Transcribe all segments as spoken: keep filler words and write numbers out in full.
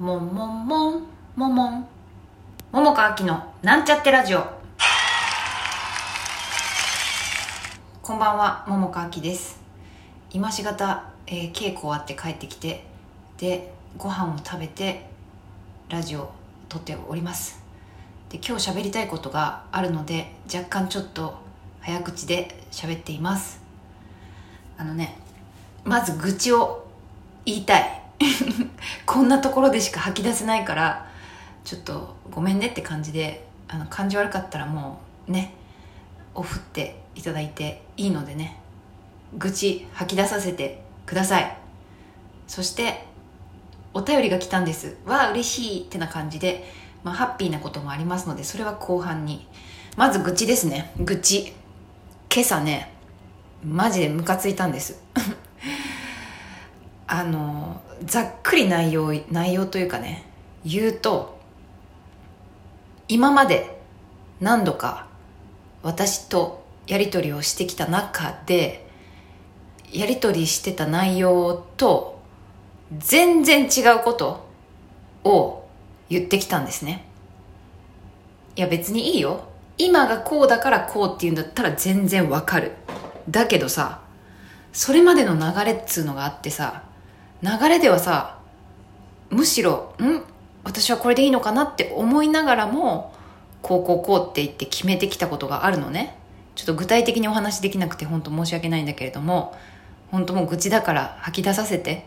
もんもんもんもんもん桃香秋のなんちゃってラジオ。こんばんは、桃香秋です。今しがた、えー、稽古終わって帰ってきて、でご飯を食べてラジオを撮っております。で今日喋りたいことがあるので、若干ちょっと早口で喋っています。あのねまず愚痴を言いたいこんなところでしか吐き出せないから、ちょっとごめんねって感じで、あの感じ悪かったらもうねオフっていただいていいのでね、愚痴吐き出させてください。そしてお便りが来たんです。わあ嬉しいってな感じで、まあ、ハッピーなこともありますので、それは後半に。まず愚痴ですね。愚痴、今朝ねマジでムカついたんですあのざっくり内容内容というかね言うと、今まで何度か私とやり取りをしてきた中で、やり取りしてた内容と全然違うことを言ってきたんですね。いや別にいいよ、今がこうだからこうっていうんだったら全然わかる。だけどさ、それまでの流れっつうのがあってさ、流れではさ、むしろん私はこれでいいのかなって思いながらも、こうこうこうって言って決めてきたことがあるのね。ちょっと具体的にお話できなくて本当申し訳ないんだけれども、本当もう愚痴だから吐き出させて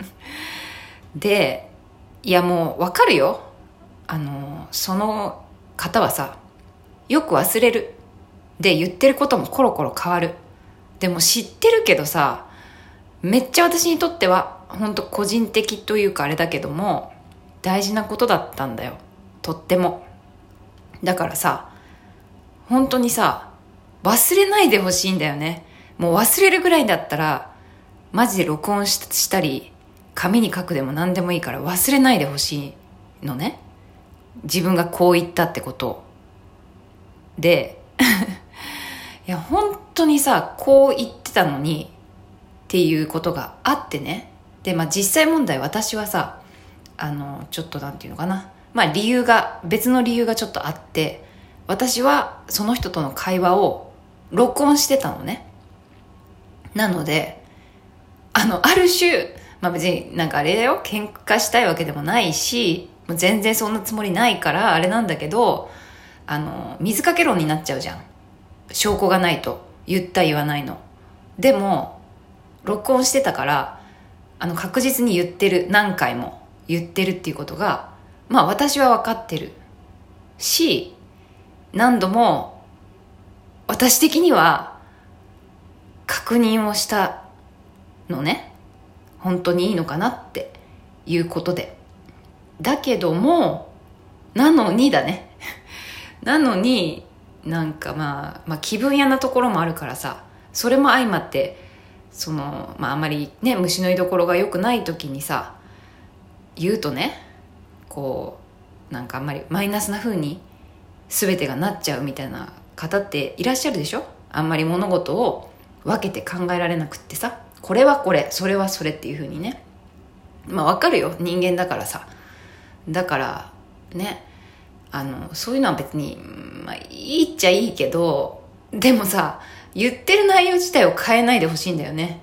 で、いやもうわかるよ、あのその方はさよく忘れる、で言ってることもコロコロ変わる。でも知ってるけどさ、めっちゃ私にとっては本当個人的というかあれだけども大事なことだったんだよ、とっても。だからさ本当にさ忘れないでほしいんだよね。もう忘れるぐらいだったらマジで録音 し, したり紙に書くでも何でもいいから忘れないでほしいのね、自分がこう言ったってことでいや本当にさこう言ってたのにっていうことがあってね。でまあ実際問題、私はさあのちょっとなんていうのかな、まあ理由が別の理由がちょっとあって、私はその人との会話を録音してたのね。なのであのある種、まあ別になんかあれだよ、喧嘩したいわけでもないし、もう全然そんなつもりないからあれなんだけど、あの水かけ論になっちゃうじゃん、証拠がないと。言った言わないの。でも録音してたから、あの確実に言ってる、何回も言ってるっていうことがまあ私は分かってるし、何度も私的には確認をしたのね、本当にいいのかなっていうことで。だけどもなのにだねなのになんかまあ、まあ気分屋なところもあるからさ、それも相まってそのまああんまりね虫の居所が良くない時にさ言うとね、こうなんかあんまりマイナスな風に全てがなっちゃうみたいな方っていらっしゃるでしょ。あんまり物事を分けて考えられなくってさ、これはこれそれはそれっていう風にね。まあわかるよ、人間だからさ。だからね、あのそういうのは別に、まあ、いいっちゃいいけど、でもさ言ってる内容自体を変えないでほしいんだよね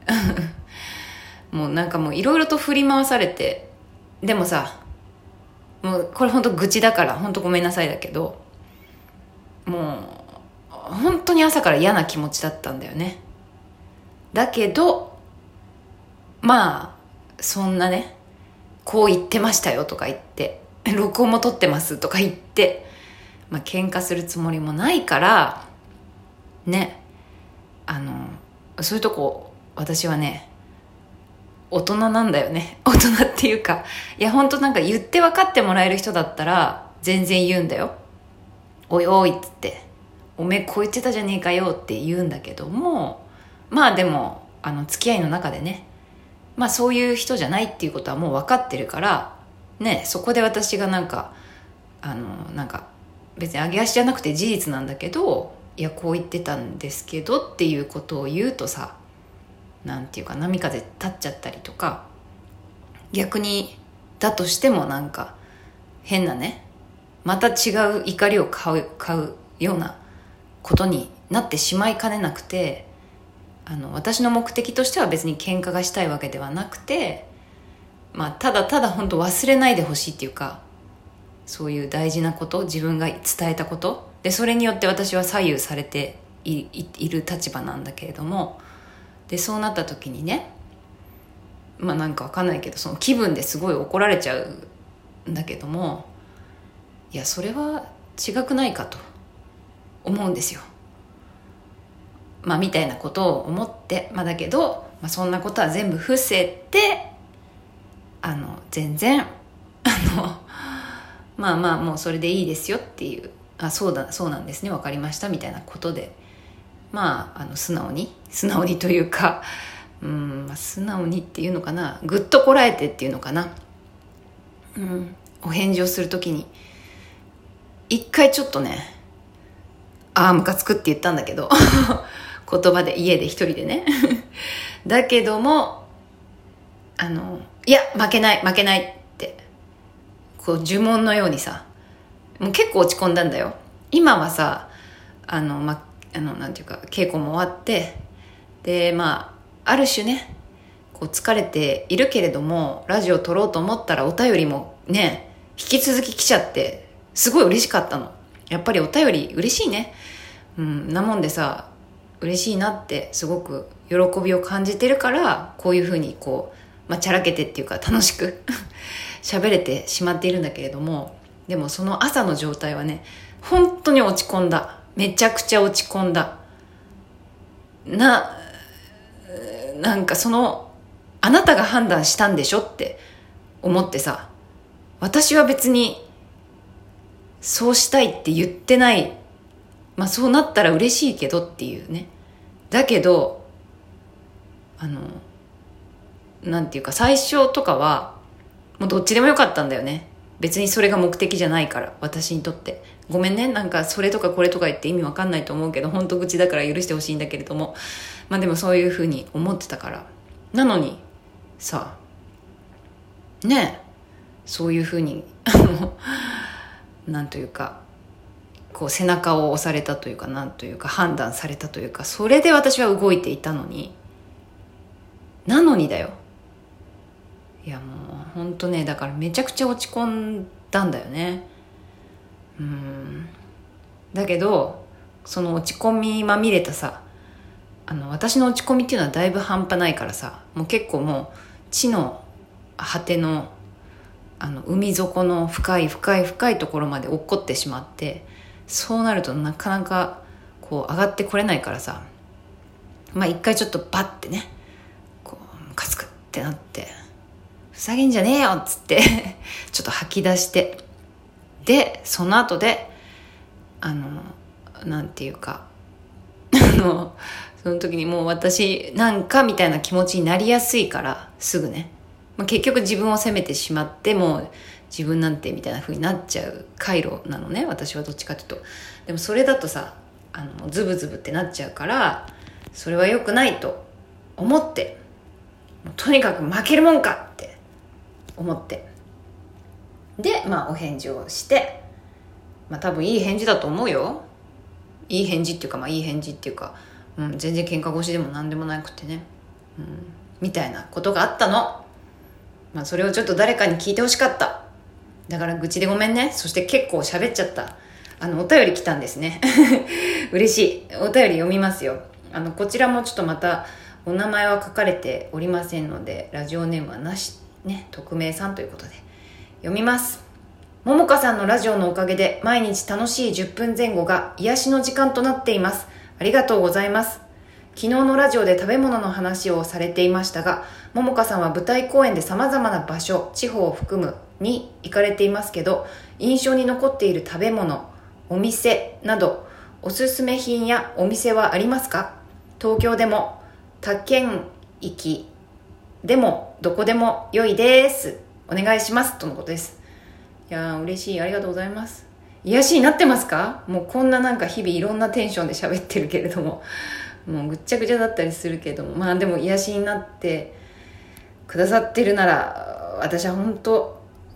もうなんかもういろいろと振り回されて、でもさもうこれ本当愚痴だから本当ごめんなさいだけど、もう本当に朝から嫌な気持ちだったんだよね。だけどまあそんなね、こう言ってましたよとか言って録音も撮ってますとか言って、まあ喧嘩するつもりもないからね。あのそういうとこ私はね大人なんだよね。大人っていうか、いや本当なんか言って分かってもらえる人だったら全然言うんだよ。おいおいっつって、おめえこう言ってたじゃねえかよって言うんだけども、まあでもあの付き合いの中でね、まあそういう人じゃないっていうことはもう分かってるからね、そこで私がなんかあのなんか別に上げ足じゃなくて事実なんだけど、いやこう言ってたんですけどっていうことを言うとさ、なんていうか波風立っちゃったりとか、逆にだとしてもなんか変なね、また違う怒りを買う、買うようなことになってしまいかねなくて、あの私の目的としては別に喧嘩がしたいわけではなくて、まあ、ただただ本当忘れないでほしいっていうか、そういう大事なこと、自分が伝えたことで、それによって私は左右されて い, い, いる立場なんだけれども、でそうなった時にね、まあなんかわかんないけど、その気分ですごい怒られちゃうんだけども、いやそれは違くないかと思うんですよ。まあみたいなことを思って、まあだけど、まあ、そんなことは全部伏せて、あの全然あのまあまあもうそれでいいですよっていう、あそうだそうなんですね、わかりましたみたいなことで、まああの素直に素直にというか、うん、まあ、素直にっていうのかな、ぐっとこらえてっていうのかな、うん、お返事をするときに一回ちょっとね、ああムカつくって言ったんだけど言葉で、家で一人でねだけどもあのいや負けない負けないってこう呪文のようにさ、もう結構落ち込んだんだよ。今はさ、あのまあのなんていうか、稽古も終わって、でまあある種ねこう疲れているけれども、ラジオ撮ろうと思ったらお便りもね引き続き来ちゃって、すごい嬉しかったの。やっぱりお便り嬉しいね、うん、なもんでさ、嬉しいなってすごく喜びを感じてるから、こういうふうにこう、まあ、チャラけてっていうか楽しく喋れてしまっているんだけれども、でもその朝の状態はね、本当に落ち込んだ。めちゃくちゃ落ち込んだな。なんかその、あなたが判断したんでしょって思ってさ、私は別にそうしたいって言ってない。まあそうなったら嬉しいけどっていうね。だけどあのなんていうか、最初とかはもうどっちでもよかったんだよね。別にそれが目的じゃないから、私にとって。ごめんね、なんかそれとかこれとか言って意味わかんないと思うけど、本当愚痴だから許してほしいんだけれども、まあでもそういうふうに思ってたから。なのにさ、ねえ、そういうふうにあのなんというか、こう背中を押されたというか、なんというか判断されたというか、それで私は動いていたのに、なのにだよ。いやもう本当ね、だからめちゃくちゃ落ち込んだんだよね。うん。だけどその落ち込みまみれたさ、あの私の落ち込みっていうのはだいぶ半端ないからさ、もう結構もう地の果てのあの海底の深い深い深いところまで落っこってしまって、そうなるとなかなかこう上がってこれないからさ、まあ一回ちょっとバッてね、こうムカつくってなって、ふざけんじゃねえよっつってちょっと吐き出して、でその後であのなんていうかあのその時にもう私なんかみたいな気持ちになりやすいから、すぐね、まあ、結局自分を責めてしまって、もう自分なんてみたいな風になっちゃう回路なのね、私はどっちかというと。でもそれだとさ、あのズブズブってなっちゃうから、それは良くないと思って、もうとにかく負けるもんかって思って、でまあお返事をして、まあ多分いい返事だと思うよ。いい返事っていうか、まあいい返事っていうか、うん、全然喧嘩腰でも何でもなくてね、うん、みたいなことがあったの。まあそれをちょっと誰かに聞いてほしかった。だから愚痴でごめんね。そして結構喋っちゃった。あのお便り来たんですね嬉しい。お便り読みますよ。あのこちらもちょっとまたお名前は書かれておりませんので、ラジオネームはなしね、匿名さんということで読みます。ももかさんのラジオのおかげで毎日楽しいじゅっぷんぜん後が癒しの時間となっています。ありがとうございます。昨日のラジオで食べ物の話をされていましたが、ももかさんは舞台公演で様々な場所、地方を含むに行かれていますけど、印象に残っている食べ物、お店などおすすめ品やお店はありますか？東京でも他県域でもどこでも良いです。お願いしますとのことです。いやー嬉しい、ありがとうございます。癒しになってますか？もうこんななんか日々いろんなテンションで喋ってるけれども、もうぐっちゃぐちゃだったりするけども、まあでも癒しになってくださってるなら、私は本当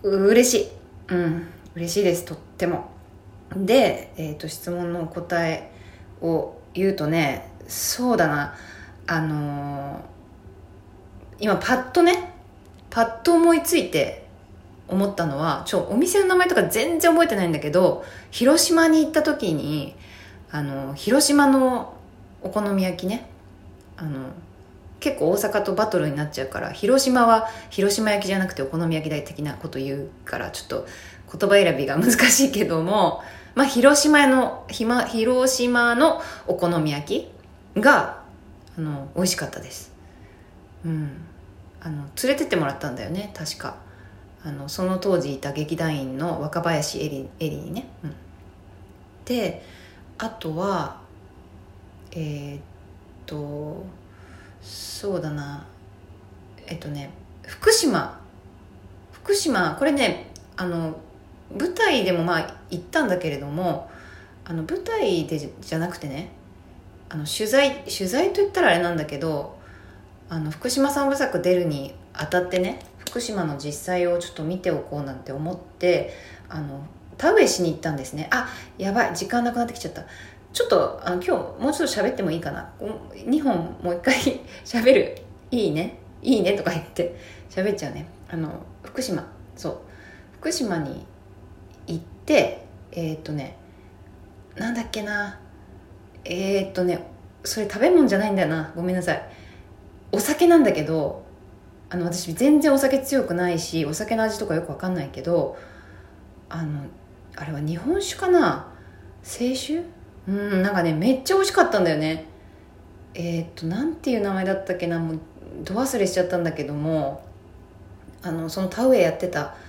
う嬉しい。うん嬉しいです、とっても。で、えーと、質問の答えを言うとね、そうだな、あのー、今パッとねパッと思いついて思ったのは、ちょお店の名前とか全然覚えてないんだけど、広島に行った時に、あの広島のお好み焼きね、あの結構大阪とバトルになっちゃうから、広島は広島焼きじゃなくてお好み焼きだ的なこと言うから、ちょっと言葉選びが難しいけども、まあ、広島の広島のお好み焼きがあの美味しかったです。うん、あの連れてってもらったんだよね、確か。あのその当時いた劇団員の若林エリエリにね、うん、であとはえー、っとそうだなえっとね福島福島これね、あの舞台でもまあ行ったんだけれども、あの舞台でじゃなくてね、あの取材取材と言ったらあれなんだけど、あの福島三部作出るにあたってね、福島の実際をちょっと見ておこうなんて思って、あの田植えしに行ったんですね。あ、やばい、時間なくなってきちゃった。ちょっとあの今日もうちょっと喋ってもいいかな。にほんもう一回喋る。いいねいいねとか言って喋っちゃうね。あの福島、そう福島に行って、えーっとねなんだっけなえーっとねそれ食べ物じゃないんだよな、ごめんなさい。お酒なんだけど、あの私全然お酒強くないし、お酒の味とかよく分かんないけど、あのあれは日本酒かな、清酒、うんなんかねめっちゃ美味しかったんだよね。えー、っとなんていう名前だったっけな、もうど忘れしちゃったんだけども、あのその田植えやってた